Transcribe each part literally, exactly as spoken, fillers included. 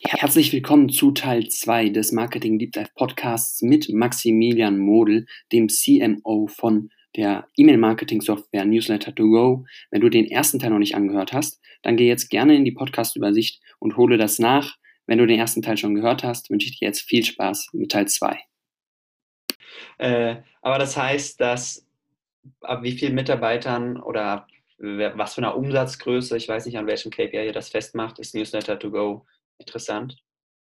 Herzlich willkommen zu Teil zwei des Marketing Deep Dive Podcasts mit Maximilian Model, dem C M O von der E-Mail-Marketing-Software Newsletter to Go. Wenn du den ersten Teil noch nicht angehört hast, dann geh jetzt gerne in die Podcast-Übersicht und hole das nach. Wenn du den ersten Teil schon gehört hast, wünsche ich dir jetzt viel Spaß mit Teil zwei. Äh, aber das heißt, dass ab wie vielen Mitarbeitern oder was für eine Umsatzgröße, ich weiß nicht, an welchem K P I ihr das festmacht, ist Newsletter to Go interessant?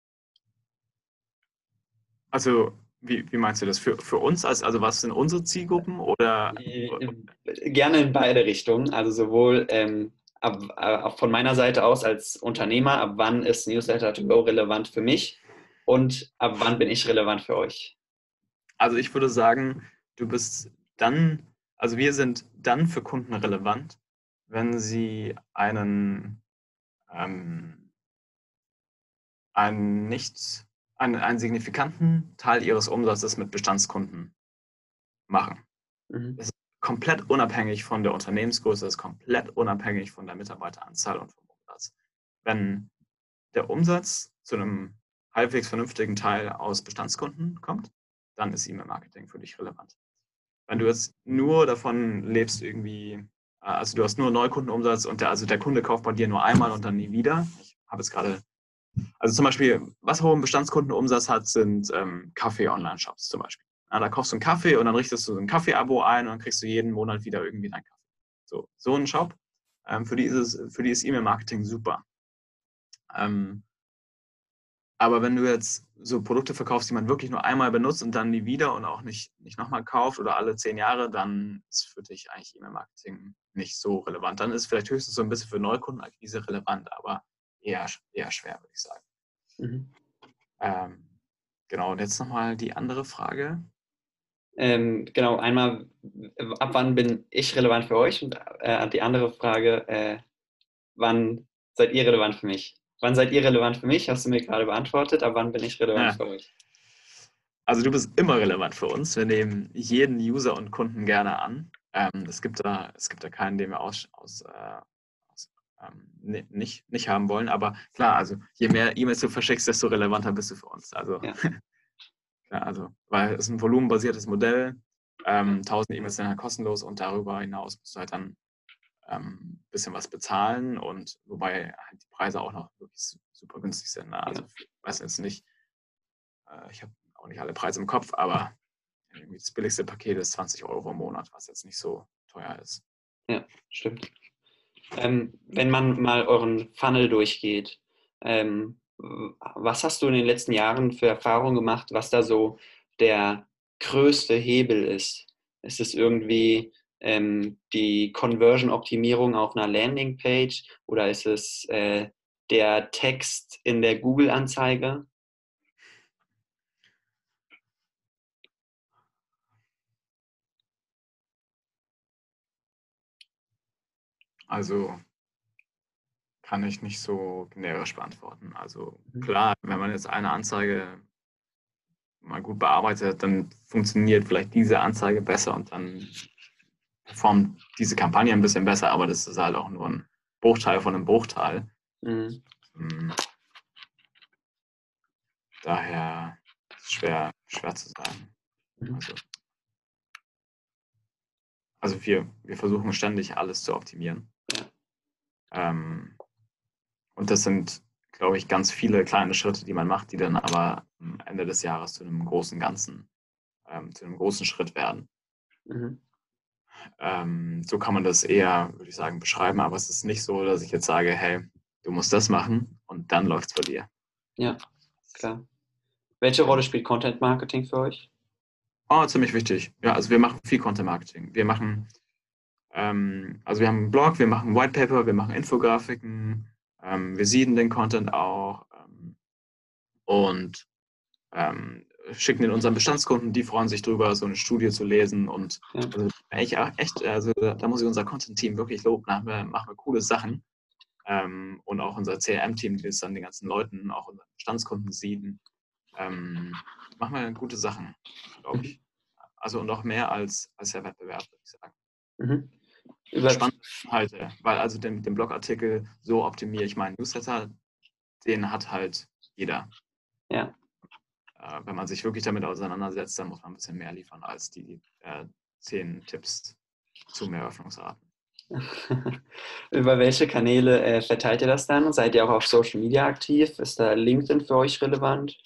Also, wie, wie meinst du das? Für, für uns, als, also was sind unsere Zielgruppen oder? Gerne in beide Richtungen, also sowohl ähm, ab, äh, von meiner Seite aus als Unternehmer, ab wann ist Newsletter to Go relevant für mich und ab wann bin ich relevant für euch? Also ich würde sagen, du bist dann, also wir sind dann für Kunden relevant, wenn sie einen, ähm, einen nicht, einen, einen signifikanten Teil ihres Umsatzes mit Bestandskunden machen. Mhm. Das ist komplett unabhängig von der Unternehmensgröße, das ist komplett unabhängig von der Mitarbeiteranzahl und vom Umsatz. Wenn der Umsatz zu einem halbwegs vernünftigen Teil aus Bestandskunden kommt, dann ist E-Mail-Marketing für dich relevant. Wenn du jetzt nur davon lebst, irgendwie, also du hast nur Neukundenumsatz und der, also der Kunde kauft bei dir nur einmal und dann nie wieder. Ich habe jetzt gerade, also zum Beispiel, was hohen Bestandskundenumsatz hat, sind ähm, Kaffee-Online-Shops zum Beispiel. Ja, da kaufst du einen Kaffee und dann richtest du so ein Kaffee-Abo ein und dann kriegst du jeden Monat wieder irgendwie deinen Kaffee. So, so ein Shop, ähm, für die ist es, für die ist E-Mail-Marketing super. Ähm, Aber wenn du jetzt so Produkte verkaufst, die man wirklich nur einmal benutzt und dann nie wieder und auch nicht, nicht nochmal kauft oder alle zehn Jahre, dann ist für dich eigentlich E-Mail-Marketing nicht so relevant. Dann ist es vielleicht höchstens so ein bisschen für Neukundenakquise relevant, aber eher, eher schwer, würde ich sagen. Mhm. Ähm, genau, und jetzt nochmal die andere Frage. Ähm, genau, einmal, ab wann bin ich relevant für euch? Und äh, die andere Frage, äh, wann seid ihr relevant für mich? Wann seid ihr relevant für mich? Hast du mir gerade beantwortet. Ab wann bin ich relevant Ja. für euch? Also du bist immer relevant für uns. Wir nehmen jeden User und Kunden gerne an. Ähm, es, gibt da, es gibt da keinen, den wir aus, aus, äh, aus ähm, nicht, nicht haben wollen. Aber klar, also je mehr E-Mails du verschickst, desto relevanter bist du für uns. Also, Ja. ja, also weil es ist ein volumenbasiertes Modell. Ähm, tausend E-Mails sind halt kostenlos und darüber hinaus musst du halt dann ein ähm, bisschen was bezahlen. Und wobei halt die Preise auch noch wirklich super günstig sind. Ne? Also ich weiß jetzt nicht, äh, ich habe auch nicht alle Preise im Kopf, aber irgendwie das billigste Paket ist zwanzig Euro im Monat, was jetzt nicht so teuer ist. Ja, stimmt. Ähm, wenn man mal euren Funnel durchgeht, ähm, was hast du in den letzten Jahren für Erfahrungen gemacht, was da so der größte Hebel ist? Ist es irgendwie ähm, die Conversion-Optimierung auf einer Landingpage oder ist es äh, der Text in der Google-Anzeige? Also kann ich nicht so generisch beantworten. Also Mhm. klar, wenn man jetzt eine Anzeige mal gut bearbeitet, dann funktioniert vielleicht diese Anzeige besser und dann performt diese Kampagne ein bisschen besser, aber das ist halt auch nur ein Bruchteil von einem Bruchteil. Mhm. Daher ist es schwer, schwer zu sagen. Also, also wir, wir versuchen ständig alles zu optimieren. Ähm, und das sind, glaube ich, ganz viele kleine Schritte, die man macht, die dann aber am Ende des Jahres zu einem großen Ganzen, ähm, zu einem großen Schritt werden. Mhm. Ähm, so kann man das eher, würde ich sagen, beschreiben, aber es ist nicht so, dass ich jetzt sage, hey, du musst das machen und dann läuft es bei dir. Ja, klar. Welche Rolle spielt Content Marketing für euch? Oh, ziemlich wichtig. Ja, also wir machen viel Content Marketing. Wir machen, ähm, also wir haben einen Blog, wir machen White Paper, wir machen Infografiken, ähm, wir sieden den Content auch ähm, und ähm, schicken den unseren Bestandskunden, die freuen sich drüber, so eine Studie zu lesen und Ja. also echt, echt, also da muss ich unser Content-Team wirklich loben, da wir, machen wir coole Sachen ähm, und auch unser C R M-Team, die das dann den ganzen Leuten, auch unseren Bestandskunden sieden, ähm, machen wir gute Sachen, glaube ich. Also und auch mehr als, als der Wettbewerb, würde ich sagen. Mhm. Über Spannende Inhalte, weil also den, den Blogartikel so optimiere ich meinen Newsletter, den hat halt jeder. Ja. Äh, wenn man sich wirklich damit auseinandersetzt, dann muss man ein bisschen mehr liefern als die äh, zehn Tipps zu mehr Öffnungsraten. Über welche Kanäle äh, verteilt ihr das dann? Seid ihr auch auf Social Media aktiv? Ist da LinkedIn für euch relevant?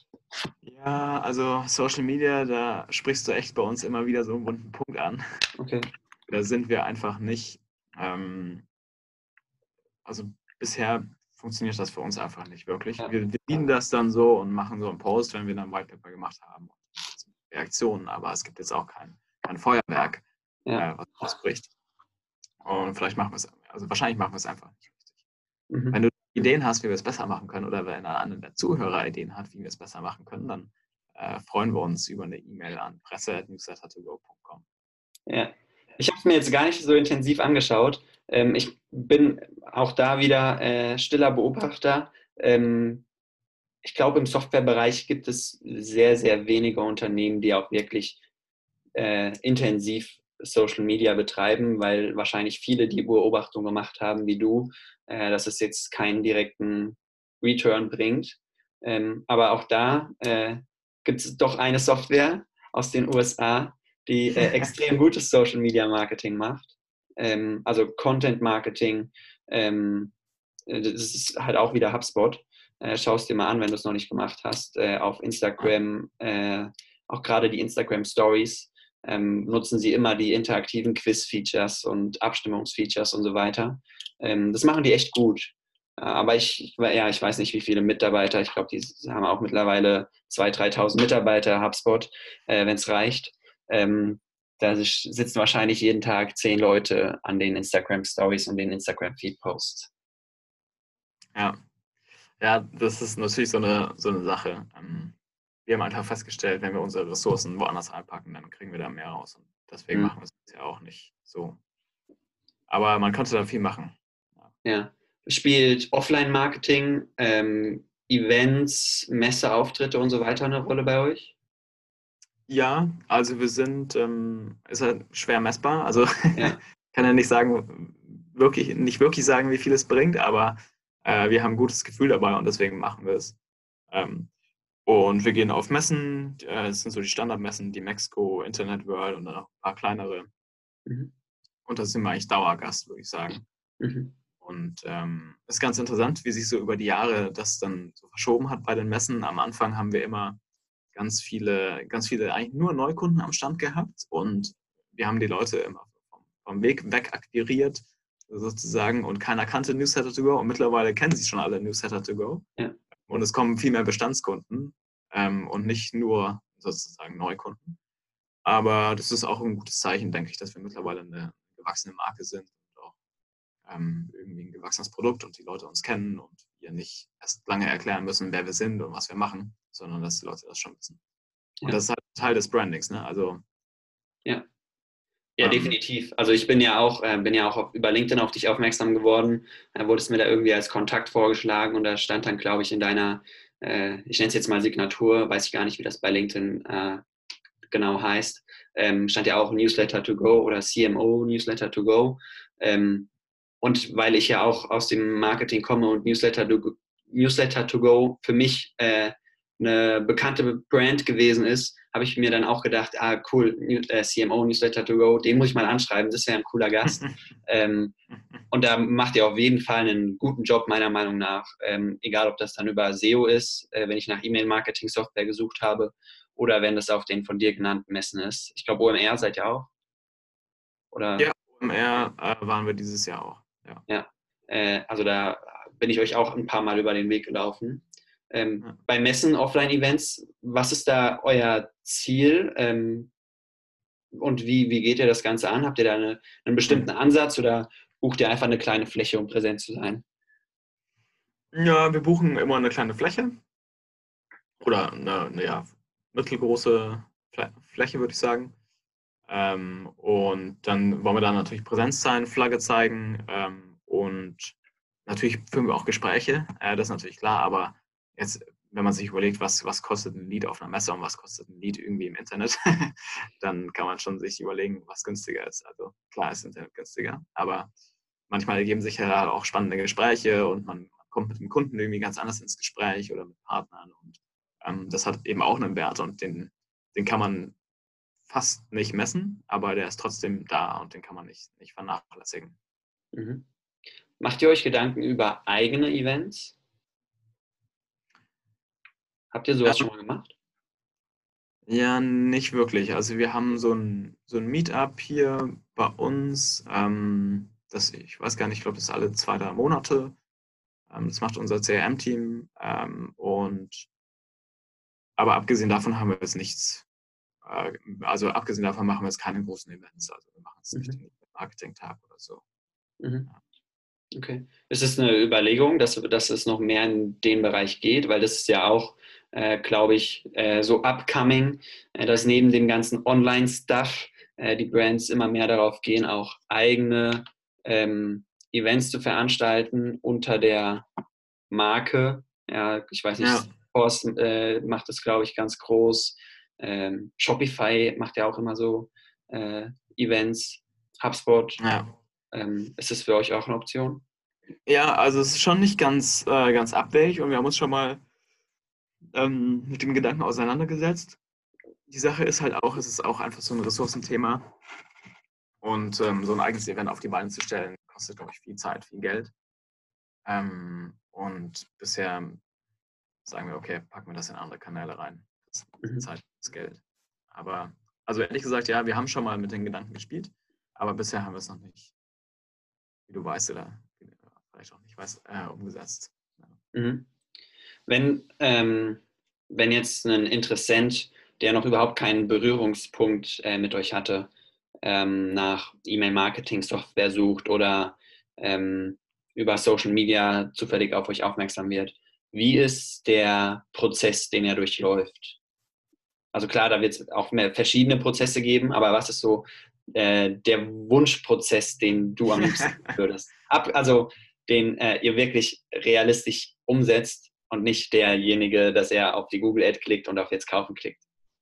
Ja, also Social Media, da sprichst du echt bei uns immer wieder so einen wunden Punkt an. Okay. Da sind wir einfach nicht, ähm, also bisher funktioniert das für uns einfach nicht wirklich. Ja. Wir bedienen das dann so und machen so einen Post, wenn wir dann White Paper gemacht haben. Reaktionen, aber es gibt jetzt auch kein, kein Feuerwerk, Ja. äh, was ausbricht. Und vielleicht machen wir es, also wahrscheinlich machen wir es einfach nicht richtig. Mhm. Wenn du Ideen hast, wie wir es besser machen können, oder wenn einer der Zuhörer Ideen hat, wie wir es besser machen können, dann äh, freuen wir uns über eine E-Mail an presse at newsletter to go punkt com. Ja. Ich habe es mir jetzt gar nicht so intensiv angeschaut. Ähm, ich bin auch da wieder äh, stiller Beobachter. Ähm, ich glaube, im Softwarebereich gibt es sehr, sehr wenige Unternehmen, die auch wirklich äh, intensiv Social Media betreiben, weil wahrscheinlich viele die Beobachtung gemacht haben, wie du, äh, dass es jetzt keinen direkten Return bringt. Ähm, aber auch da äh, gibt es doch eine Software aus den U S A, die äh, extrem gutes Social Media Marketing macht. Ähm, also Content Marketing. Ähm, das ist halt auch wieder HubSpot. Äh, Schau es dir mal an, wenn du es noch nicht gemacht hast. Äh, auf Instagram, äh, auch gerade die Instagram Stories, ähm, nutzen sie immer die interaktiven Quiz-Features und Abstimmungsfeatures und so weiter. Ähm, das machen die echt gut. Äh, aber ich, ja, ich weiß nicht, wie viele Mitarbeiter. Ich glaube, die haben auch mittlerweile zweitausend, dreitausend Mitarbeiter, HubSpot, äh, wenn es reicht. Ähm, da sitzen wahrscheinlich jeden Tag zehn Leute an den Instagram Stories und den Instagram Feed Posts. Ja. Ja, das ist natürlich so eine, so eine Sache. Wir haben einfach festgestellt, wenn wir unsere Ressourcen woanders reinpacken, dann kriegen wir da mehr raus. Und deswegen Hm. machen wir es ja auch nicht so. Aber man könnte da viel machen. Ja. Ja. Spielt Offline-Marketing, ähm, Events, Messeauftritte und so weiter eine Rolle bei euch? Ja, also wir sind, ähm, ist halt schwer messbar. Also Ja. kann ja nicht sagen, wirklich, nicht wirklich sagen, wie viel es bringt, aber äh, wir haben ein gutes Gefühl dabei und deswegen machen wir es. Ähm, und wir gehen auf Messen, äh, das sind so die Standardmessen, die Mexco, Internet World und dann noch ein paar kleinere. Mhm. Und da sind wir eigentlich Dauergast, würde ich sagen. Mhm. Und ähm, ist ganz interessant, wie sich so über die Jahre das dann so verschoben hat bei den Messen. Am Anfang haben wir immer ganz viele, ganz viele eigentlich nur Neukunden am Stand gehabt und wir haben die Leute immer vom, vom Weg weg akquiriert sozusagen und keiner kannte Newsletter to go und mittlerweile kennen sie schon alle Newsletter to go. Ja. Und es kommen viel mehr Bestandskunden ähm, und nicht nur sozusagen Neukunden. Aber das ist auch ein gutes Zeichen, denke ich, dass wir mittlerweile eine gewachsene Marke sind und auch ähm, irgendwie ein gewachsenes Produkt und die Leute uns kennen und wir nicht erst lange erklären müssen, wer wir sind und was wir machen, sondern dass die Leute das schon wissen. Und Ja. das ist halt Teil des Brandings, ne? Also Ja. Ja, ähm, definitiv. Also ich bin ja auch, äh, bin ja auch auf, über LinkedIn auf dich aufmerksam geworden. Da wurde es mir da irgendwie als Kontakt vorgeschlagen und da stand dann, glaube ich, in deiner, äh, ich nenne es jetzt mal Signatur, weiß ich gar nicht, wie das bei LinkedIn äh, genau heißt, ähm, stand ja auch Newsletter to go oder C M O Newsletter to go. Ähm, und weil ich ja auch aus dem Marketing komme und Newsletter to go, Newsletter to go für mich äh, eine bekannte Brand gewesen ist, habe ich mir dann auch gedacht, ah cool, äh, C M O Newsletter to go, den muss ich mal anschreiben, das wäre ein cooler Gast. ähm, und da macht ihr auf jeden Fall einen guten Job, meiner Meinung nach. Ähm, egal, ob das dann über S E O ist, äh, wenn ich nach E-Mail-Marketing-Software gesucht habe, oder wenn das auf den von dir genannten Messen ist. Ich glaube, O M R seid ihr auch. Oder? ja, O M R äh, waren wir dieses Jahr auch. Ja. Ja. Äh, also da bin ich euch auch ein paar Mal über den Weg gelaufen. Ähm, Ja. bei Messen, Offline-Events, was ist da euer Ziel? Ähm, und wie, wie geht ihr das Ganze an? Habt ihr da eine, einen bestimmten Ansatz oder bucht ihr einfach eine kleine Fläche, um präsent zu sein? Ja, wir buchen immer eine kleine Fläche oder eine, eine ja, mittelgroße Fläche, würde ich sagen. Ähm, und dann wollen wir da natürlich Präsenz zeigen, Flagge zeigen ähm, und natürlich führen wir auch Gespräche, äh, das ist natürlich klar, aber jetzt, wenn man sich überlegt, was, was kostet ein Lied auf einer Messe und was kostet ein Lied irgendwie im Internet, dann kann man schon sich überlegen, was günstiger ist. Also klar ist Internet günstiger, aber manchmal ergeben sich ja auch spannende Gespräche und man kommt mit dem Kunden irgendwie ganz anders ins Gespräch oder mit Partnern. Und ähm, das hat eben auch einen Wert und den, den kann man fast nicht messen, aber der ist trotzdem da und den kann man nicht, nicht vernachlässigen. Mhm. Macht ihr euch Gedanken über eigene Events? Habt ihr sowas Ähm, schon mal gemacht? ja, nicht wirklich. Also wir haben so ein, so ein Meetup hier bei uns. Ähm, das, ich weiß gar nicht, ich glaube, das ist alle zwei, drei Monate. Ähm, das macht unser C R M-Team. Ähm, und aber abgesehen davon haben wir jetzt nichts. Äh, also abgesehen davon machen wir jetzt keine großen Events. Also wir machen jetzt nicht Mhm. den Marketing-Tag oder so. Mhm. Okay. Ist es eine Überlegung, dass, dass es noch mehr in den Bereich geht? Weil das ist ja auch, äh, glaube ich, äh, so upcoming, äh, dass neben dem ganzen Online-Stuff äh, die Brands immer mehr darauf gehen, auch eigene ähm, Events zu veranstalten unter der Marke. Ja, ich weiß nicht, Ja, Salesforce äh, macht das, glaube ich, ganz groß. Ähm, Shopify macht ja auch immer so äh, Events. HubSpot. ja. Ähm, ist das für euch auch eine Option? Ja, also es ist schon nicht ganz, äh, ganz abwegig und wir haben uns schon mal ähm, mit dem Gedanken auseinandergesetzt. Die Sache ist halt auch, es ist auch einfach so ein Ressourcenthema und ähm, so ein eigenes Event auf die Beine zu stellen, kostet, glaube ich, viel Zeit, viel Geld. Ähm, und bisher sagen wir, okay, packen wir das in andere Kanäle rein. Das ist Mhm. Zeit, das Geld. Aber, also ehrlich gesagt, ja, wir haben schon mal mit den Gedanken gespielt, aber bisher haben wir es noch nicht, wie du weißt oder vielleicht auch nicht weißt, äh, umgesetzt. Ja. Mhm. Wenn, ähm, wenn jetzt ein Interessent, der noch überhaupt keinen Berührungspunkt äh, mit euch hatte, ähm, nach E-Mail-Marketing-Software sucht oder ähm, über Social Media zufällig auf euch aufmerksam wird, wie ist der Prozess, den er durchläuft? Also klar, da wird es auch mehr verschiedene Prozesse geben, aber was ist so äh, der Wunschprozess, den du am liebsten würdest? Ab, also den äh, ihr wirklich realistisch umsetzt und nicht derjenige, dass er auf die Google Ad klickt und auf jetzt kaufen klickt.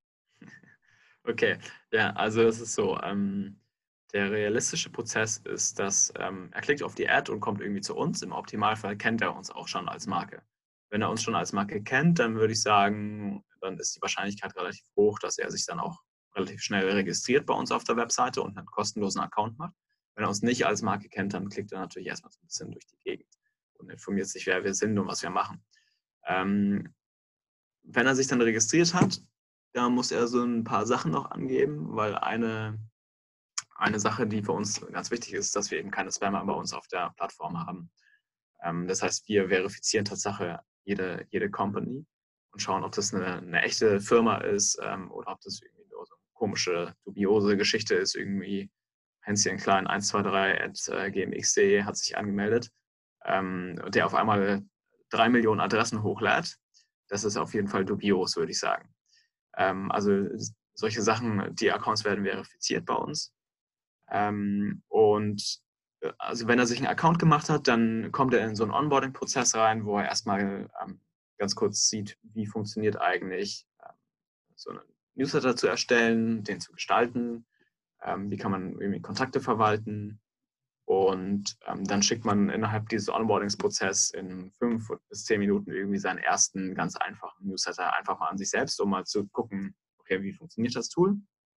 Okay, ja, also es ist so, ähm, der realistische Prozess ist, dass ähm, er klickt auf die Ad und kommt irgendwie zu uns. Im Optimalfall kennt er uns auch schon als Marke. Wenn er uns schon als Marke kennt, dann würde ich sagen, dann ist die Wahrscheinlichkeit relativ hoch, dass er sich dann auch relativ schnell registriert bei uns auf der Webseite und einen kostenlosen Account macht. Wenn er uns nicht als Marke kennt, dann klickt er natürlich erstmal so ein bisschen durch die Gegend und informiert sich, wer wir sind und was wir machen. Ähm, wenn er sich dann registriert hat, da muss er so ein paar Sachen noch angeben, weil eine, eine Sache, die für uns ganz wichtig ist, dass wir eben keine Spammer bei uns auf der Plattform haben. Ähm, das heißt, wir verifizieren Tatsache jede, jede Company und schauen, ob das eine, eine echte Firma ist ähm, oder ob das irgendwie nur so eine komische, dubiose Geschichte ist. Irgendwie Hänschen Klein eins zwei drei at gmx punkt de hat sich angemeldet, ähm, der auf einmal drei Millionen Adressen hochlädt. Das ist auf jeden Fall dubios, würde ich sagen. Ähm, also solche Sachen, die Accounts werden verifiziert bei uns. Ähm, und äh, also wenn er sich einen Account gemacht hat, dann kommt er in so einen Onboarding-Prozess rein, wo er erstmal ähm, ganz kurz sieht, wie funktioniert eigentlich ähm, so einen Newsletter zu erstellen, den zu gestalten, ähm, wie kann man irgendwie Kontakte verwalten. Und ähm, dann schickt man innerhalb dieses Onboardings-Prozesses in fünf bis zehn Minuten irgendwie seinen ersten ganz einfachen Newsletter einfach mal an sich selbst, um mal zu gucken, okay, wie funktioniert das Tool?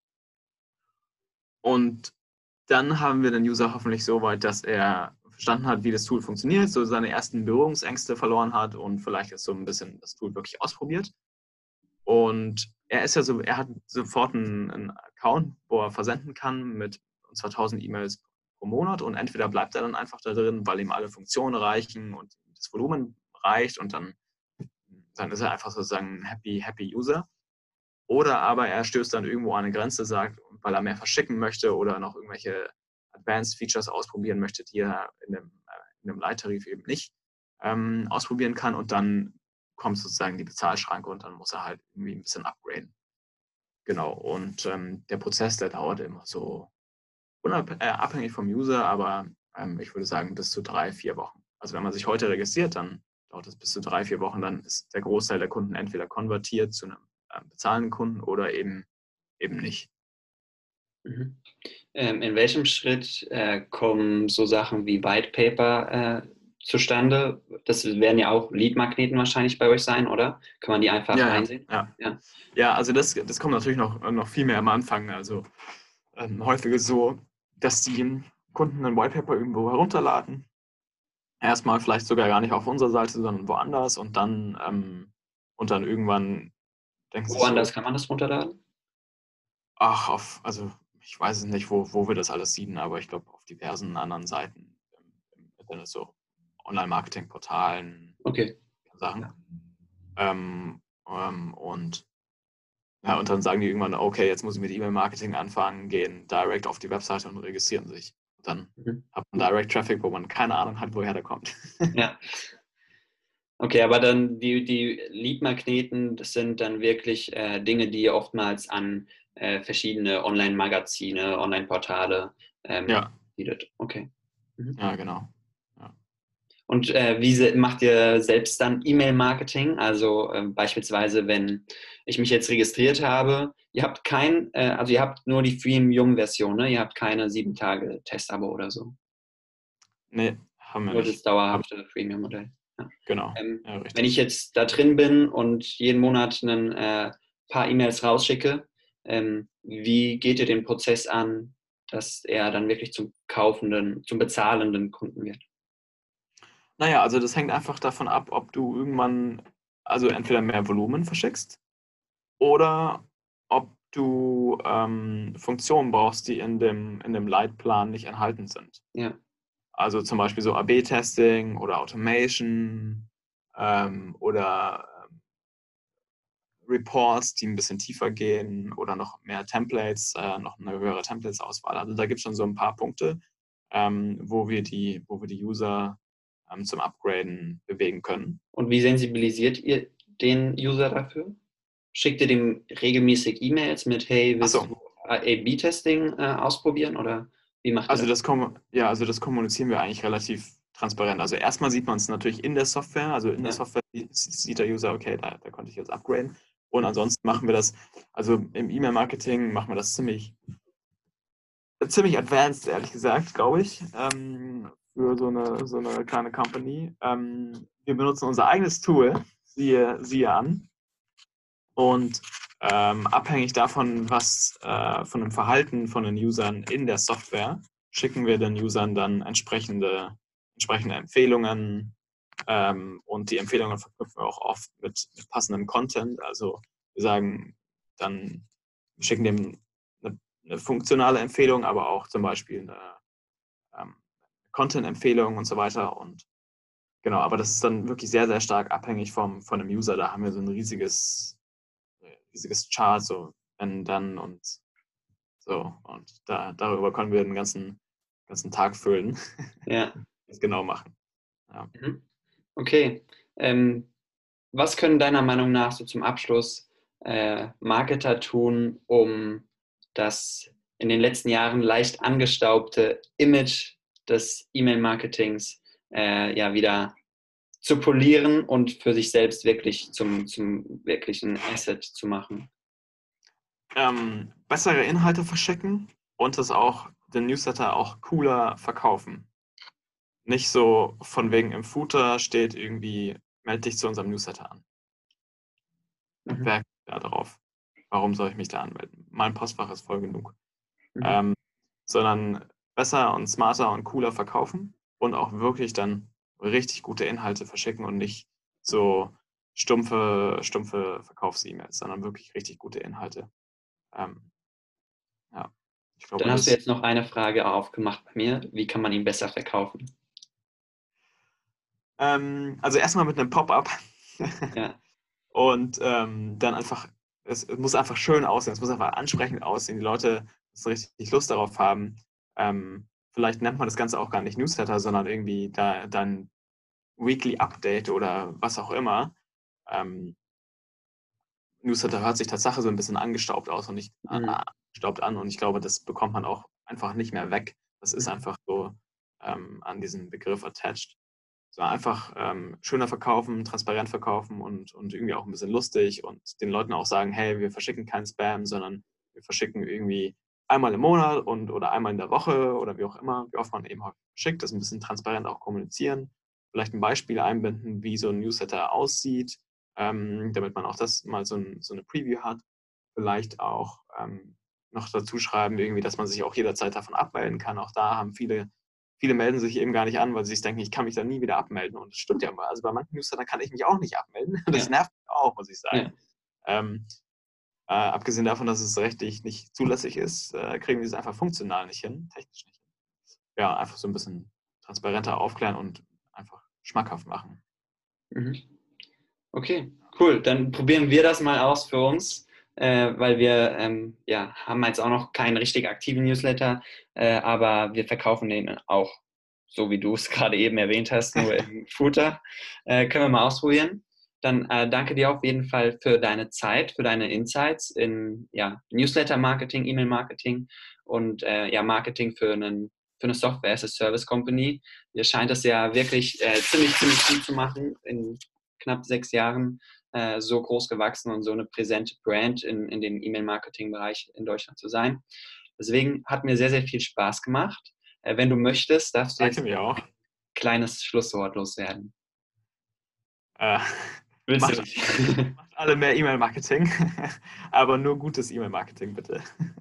Und dann haben wir den User hoffentlich so weit, dass er verstanden hat, wie das Tool funktioniert, so seine ersten Berührungsängste verloren hat und vielleicht jetzt so ein bisschen das Tool wirklich ausprobiert. Und er ist ja so, er hat sofort einen, einen Account, wo er versenden kann mit und zwar tausend E-Mails pro Monat und entweder bleibt er dann einfach da drin, weil ihm alle Funktionen reichen und das Volumen reicht und dann, dann ist er einfach sozusagen ein happy, happy User. Oder aber er stößt dann irgendwo an eine Grenze, sagt, weil er mehr verschicken möchte oder noch irgendwelche Advanced Features ausprobieren möchte, die er in einem, in einem Leittarif eben nicht ähm, ausprobieren kann. Und dann kommt sozusagen die Bezahlschranke und dann muss er halt irgendwie ein bisschen upgraden. Genau. Und ähm, der Prozess, der dauert immer so unab- äh, abhängig vom User, aber ähm, ich würde sagen bis zu drei, vier Wochen. Also wenn man sich heute registriert, dann dauert es bis zu drei, vier Wochen, dann ist der Großteil der Kunden entweder konvertiert zu einem äh, bezahlenden Kunden oder eben, eben nicht. Mhm. Ähm, in welchem Schritt äh, kommen so Sachen wie White Paper äh, zustande? Das werden ja auch Lead-Magneten wahrscheinlich bei euch sein, oder? Kann man die einfach Ja, ja, einsehen? ja. Ja. Ja, also das, das kommt natürlich noch, noch viel mehr am Anfang. Also ähm, häufig ist es so, dass die Kunden ein White Paper irgendwo herunterladen. Erstmal vielleicht sogar gar nicht auf unserer Seite, sondern woanders und dann, ähm, und dann irgendwann denken sie sich so, Woanders kann man das runterladen? ach, auf, also ich weiß es nicht, wo, wo wir das alles sehen, aber ich glaube auf diversen anderen Seiten im, im Internet, so Online-Marketing-Portalen, Okay. Sachen. Ähm, ähm, und Ja, und dann sagen die irgendwann, okay, jetzt muss ich mit E-Mail-Marketing anfangen, gehen direkt auf die Webseite und registrieren sich. Und dann Mhm. hat man Direct Traffic, wo man keine Ahnung hat, woher der kommt. Ja. Okay, aber dann die, die Lead-Magneten, das sind dann wirklich äh, Dinge, die ihr oftmals an äh, verschiedene Online-Magazine, Online-Portale ähm, Ja, bietet. Okay. Mhm. ja, genau. Ja. Und äh, wie se- macht ihr selbst dann E-Mail-Marketing? Also äh, beispielsweise, wenn ich mich jetzt registriert habe, ihr habt kein, äh, also ihr habt nur die Freemium-Version, ne? Ihr habt keine sieben Tage Testabo oder so. Nee, haben wir Nur das nicht. Aber, dauerhafte Freemium-Modell. Ja. genau, Ähm, ja, wenn ich richtig. jetzt da drin bin und jeden Monat ein äh, paar E-Mails rausschicke, ähm, wie geht ihr den Prozess an, dass er dann wirklich zum kaufenden, zum bezahlenden Kunden wird? Naja, also das hängt einfach davon ab, ob du irgendwann, also entweder mehr Volumen verschickst oder ob du ähm, Funktionen brauchst, die in dem, in dem Leitplan nicht enthalten sind. Ja. Also zum Beispiel so A B-Testing oder Automation ähm, oder ähm, Reports, die ein bisschen tiefer gehen oder noch mehr Templates, äh, noch eine höhere Templates-Auswahl. Also da gibt es schon so ein paar Punkte, ähm, wo wir die, wo wir die User ähm, zum Upgraden bewegen können. Und wie sensibilisiert ihr den User dafür? Schickt ihr dem regelmäßig E-Mails mit, hey, willst Achso, du A B-Testing äh, ausprobieren oder wie macht ihr also das? das, ja, also das kommunizieren wir eigentlich relativ transparent. Also erstmal sieht man es natürlich in der Software, also in der Ja. Software sieht der User, okay, da, da konnte ich jetzt upgraden. Und ansonsten machen wir das, also im E-Mail-Marketing machen wir das ziemlich, ziemlich advanced, ehrlich gesagt, glaube ich, ähm, für so eine, so eine kleine Company. Ähm, wir benutzen unser eigenes Tool, siehe, siehe an. Und ähm, abhängig davon, was äh, von dem Verhalten von den Usern in der Software, schicken wir den Usern dann entsprechende, entsprechende Empfehlungen. Ähm, und die Empfehlungen verknüpfen wir auch oft mit, mit passendem Content. Also wir sagen dann, wir schicken dem eine, eine funktionale Empfehlung, aber auch zum Beispiel eine ähm, Content-Empfehlung und so weiter. Und genau, aber das ist dann wirklich sehr, sehr stark abhängig vom, von dem User. Da haben wir so ein riesiges riesiges Chart, so wenn, dann und so. Und da, darüber können wir den ganzen, ganzen Tag füllen. Ja. Das genau machen. Ja. Mhm. Okay. Ähm, was können deiner Meinung nach so zum Abschluss äh, Marketer tun, um das in den letzten Jahren leicht angestaubte Image des E-Mail-Marketings äh, ja wieder zu polieren und für sich selbst wirklich zum, zum wirklichen Asset zu machen? Ähm, bessere Inhalte verschicken und das auch, den Newsletter auch cooler verkaufen. Nicht so von wegen im Footer steht irgendwie, melde dich zu unserem Newsletter an. Mhm. Wer da drauf? Warum soll ich mich da anmelden? Mein Postfach ist voll genug. Mhm. Ähm, sondern besser und smarter und cooler verkaufen und auch wirklich dann richtig gute Inhalte verschicken und nicht so stumpfe, stumpfe Verkaufs-E-Mails, sondern wirklich richtig gute Inhalte. Ähm, ja, ich glaube, Dann hast du das. jetzt noch eine Frage aufgemacht bei mir. Wie kann man ihn besser verkaufen? Ähm, also erstmal mit einem Pop-up Ja. und ähm, dann einfach, es, es muss einfach schön aussehen, es muss einfach ansprechend aussehen, die Leute müssen richtig Lust darauf haben. Ähm, vielleicht nennt man das Ganze auch gar nicht Newsletter, sondern irgendwie da dann Weekly Update oder was auch immer. Ähm, Newsletter hört sich Tatsache so ein bisschen angestaubt aus und nicht äh, Mhm. angestaubt an und ich glaube, das bekommt man auch einfach nicht mehr weg. Das ist Mhm. einfach so ähm, an diesen Begriff attached. So einfach ähm, schöner verkaufen, transparent verkaufen und, und irgendwie auch ein bisschen lustig und den Leuten auch sagen, hey, wir verschicken keinen Spam, sondern wir verschicken irgendwie einmal im Monat und oder einmal in der Woche oder wie auch immer, wie oft man eben häufig verschickt, das ein bisschen transparent auch kommunizieren, vielleicht ein Beispiel einbinden, wie so ein Newsletter aussieht, ähm, damit man auch das mal so, ein, so eine Preview hat. Vielleicht auch ähm, noch dazu schreiben, irgendwie, dass man sich auch jederzeit davon abmelden kann. Auch da haben viele, viele melden sich eben gar nicht an, weil sie sich denken, ich kann mich da nie wieder abmelden. Und das stimmt ja mal. Also bei manchen Newslettern kann ich mich auch nicht abmelden. Das Ja. nervt mich auch, muss ich sagen. Ja. Ähm, äh, abgesehen davon, dass es rechtlich nicht zulässig ist, äh, kriegen wir es einfach funktional nicht hin, technisch nicht hin. Ja, einfach so ein bisschen transparenter aufklären und einfach schmackhaft machen. Mhm. Okay, cool. Dann probieren wir das mal aus für uns, äh, weil wir ähm, ja, haben jetzt auch noch keinen richtig aktiven Newsletter, äh, aber wir verkaufen den auch, so wie du es gerade eben erwähnt hast, nur im Footer. Äh, können wir mal ausprobieren. Dann äh, danke dir auf jeden Fall für deine Zeit, für deine Insights in ja, Newsletter-Marketing, E-Mail-Marketing und äh, ja, Marketing für, einen, für eine Software-as-a-Service-Company. Ihr scheint es ja wirklich äh, ziemlich, ziemlich gut zu machen in knapp sechs Jahren äh, so groß gewachsen und so eine präsente Brand in, in dem E-Mail-Marketing-Bereich in Deutschland zu sein. Deswegen hat mir sehr, sehr viel Spaß gemacht. Äh, wenn du möchtest, darfst du Danke jetzt mir auch. ein kleines Schlusswort loswerden. Äh, Willst du macht, nicht? macht alle mehr E-Mail-Marketing, aber nur gutes E-Mail-Marketing, bitte.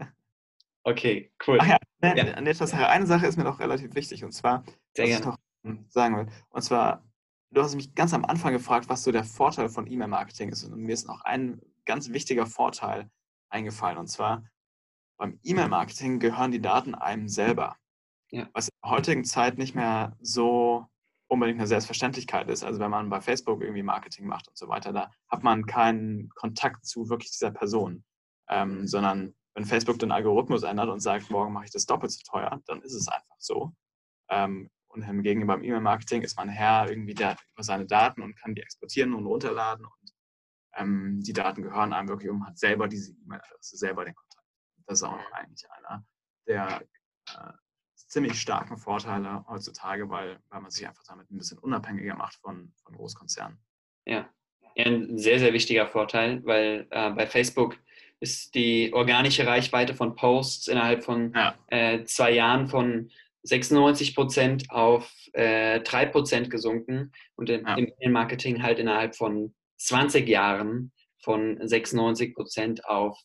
Okay, cool. Ach ja, ne, Ja, an der Sache, eine Sache ist mir noch relativ wichtig, und zwar, sehr was ich gerne. noch sagen will, und zwar, du hast mich ganz am Anfang gefragt, was so der Vorteil von E-Mail-Marketing ist, und mir ist noch ein ganz wichtiger Vorteil eingefallen, und zwar, beim E-Mail-Marketing gehören die Daten einem selber, Ja. was in der heutigen Zeit nicht mehr so unbedingt eine Selbstverständlichkeit ist. Also wenn man bei Facebook irgendwie Marketing macht und so weiter, da hat man keinen Kontakt zu wirklich dieser Person, ähm, sondern wenn Facebook den Algorithmus ändert und sagt, morgen mache ich das doppelt so teuer, dann ist es einfach so. Ähm, und hingegen beim E-Mail-Marketing ist man Herr irgendwie der, über seine Daten und kann die exportieren und runterladen, und ähm, die Daten gehören einem wirklich, und man hat selber diese E-Mail-Adresse, selber den Kontakt. Das ist auch noch eigentlich einer der äh, ziemlich starken Vorteile heutzutage, weil, weil man sich einfach damit ein bisschen unabhängiger macht von, von Großkonzernen. Ja. Ja, ein sehr, sehr wichtiger Vorteil, weil äh, bei Facebook ist die organische Reichweite von Posts innerhalb von Ja. äh, zwei Jahren von sechsundneunzig Prozent auf äh, drei Prozent gesunken und im, Ja. im E-Mail-Marketing halt innerhalb von zwanzig Jahren von sechsundneunzig Prozent auf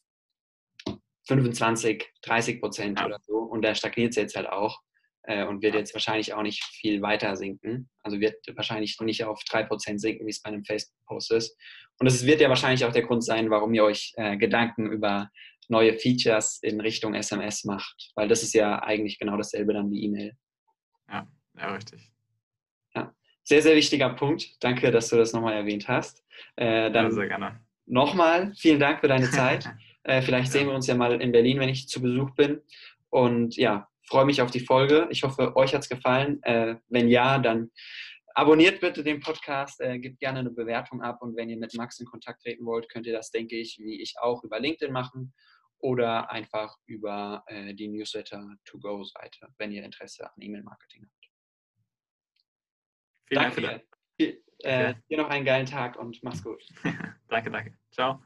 fünfundzwanzig, dreißig Prozent Ja. oder so. Und da stagniert es jetzt halt auch äh, und wird Ja. jetzt wahrscheinlich auch nicht viel weiter sinken. Also wird wahrscheinlich nicht auf drei Prozent sinken, wie es bei einem Facebook-Post ist. Und das wird ja wahrscheinlich auch der Grund sein, warum ihr euch äh, Gedanken über neue Features in Richtung S M S macht. Weil das ist ja eigentlich genau dasselbe dann wie E-Mail. Ja, ja, richtig. Ja, sehr, sehr wichtiger Punkt. Danke, dass du das nochmal erwähnt hast. Äh, dann Ja, sehr gerne. Nochmal vielen Dank für deine Zeit. Äh, vielleicht sehen Ja. wir uns ja mal in Berlin, wenn ich zu Besuch bin. Und ja, freue mich auf die Folge. Ich hoffe, euch hat es gefallen. Äh, wenn ja, dann abonniert bitte den Podcast, äh, gebt gerne eine Bewertung ab. Und wenn ihr mit Max in Kontakt treten wollt, könnt ihr das, denke ich, wie ich auch, über LinkedIn machen oder einfach über äh, die Newsletter-to-go-Seite, wenn ihr Interesse an E-Mail-Marketing habt. Vielen Dank Danke für das. dir. Äh, Danke. dir noch einen geilen Tag und mach's gut. Danke, danke. Ciao.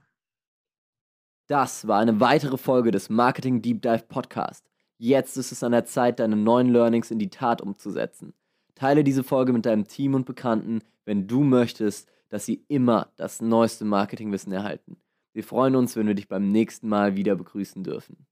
Das war eine weitere Folge des Marketing Deep Dive Podcast. Jetzt ist es an der Zeit, deine neuen Learnings in die Tat umzusetzen. Teile diese Folge mit deinem Team und Bekannten, wenn du möchtest, dass sie immer das neueste Marketingwissen erhalten. Wir freuen uns, wenn wir dich beim nächsten Mal wieder begrüßen dürfen.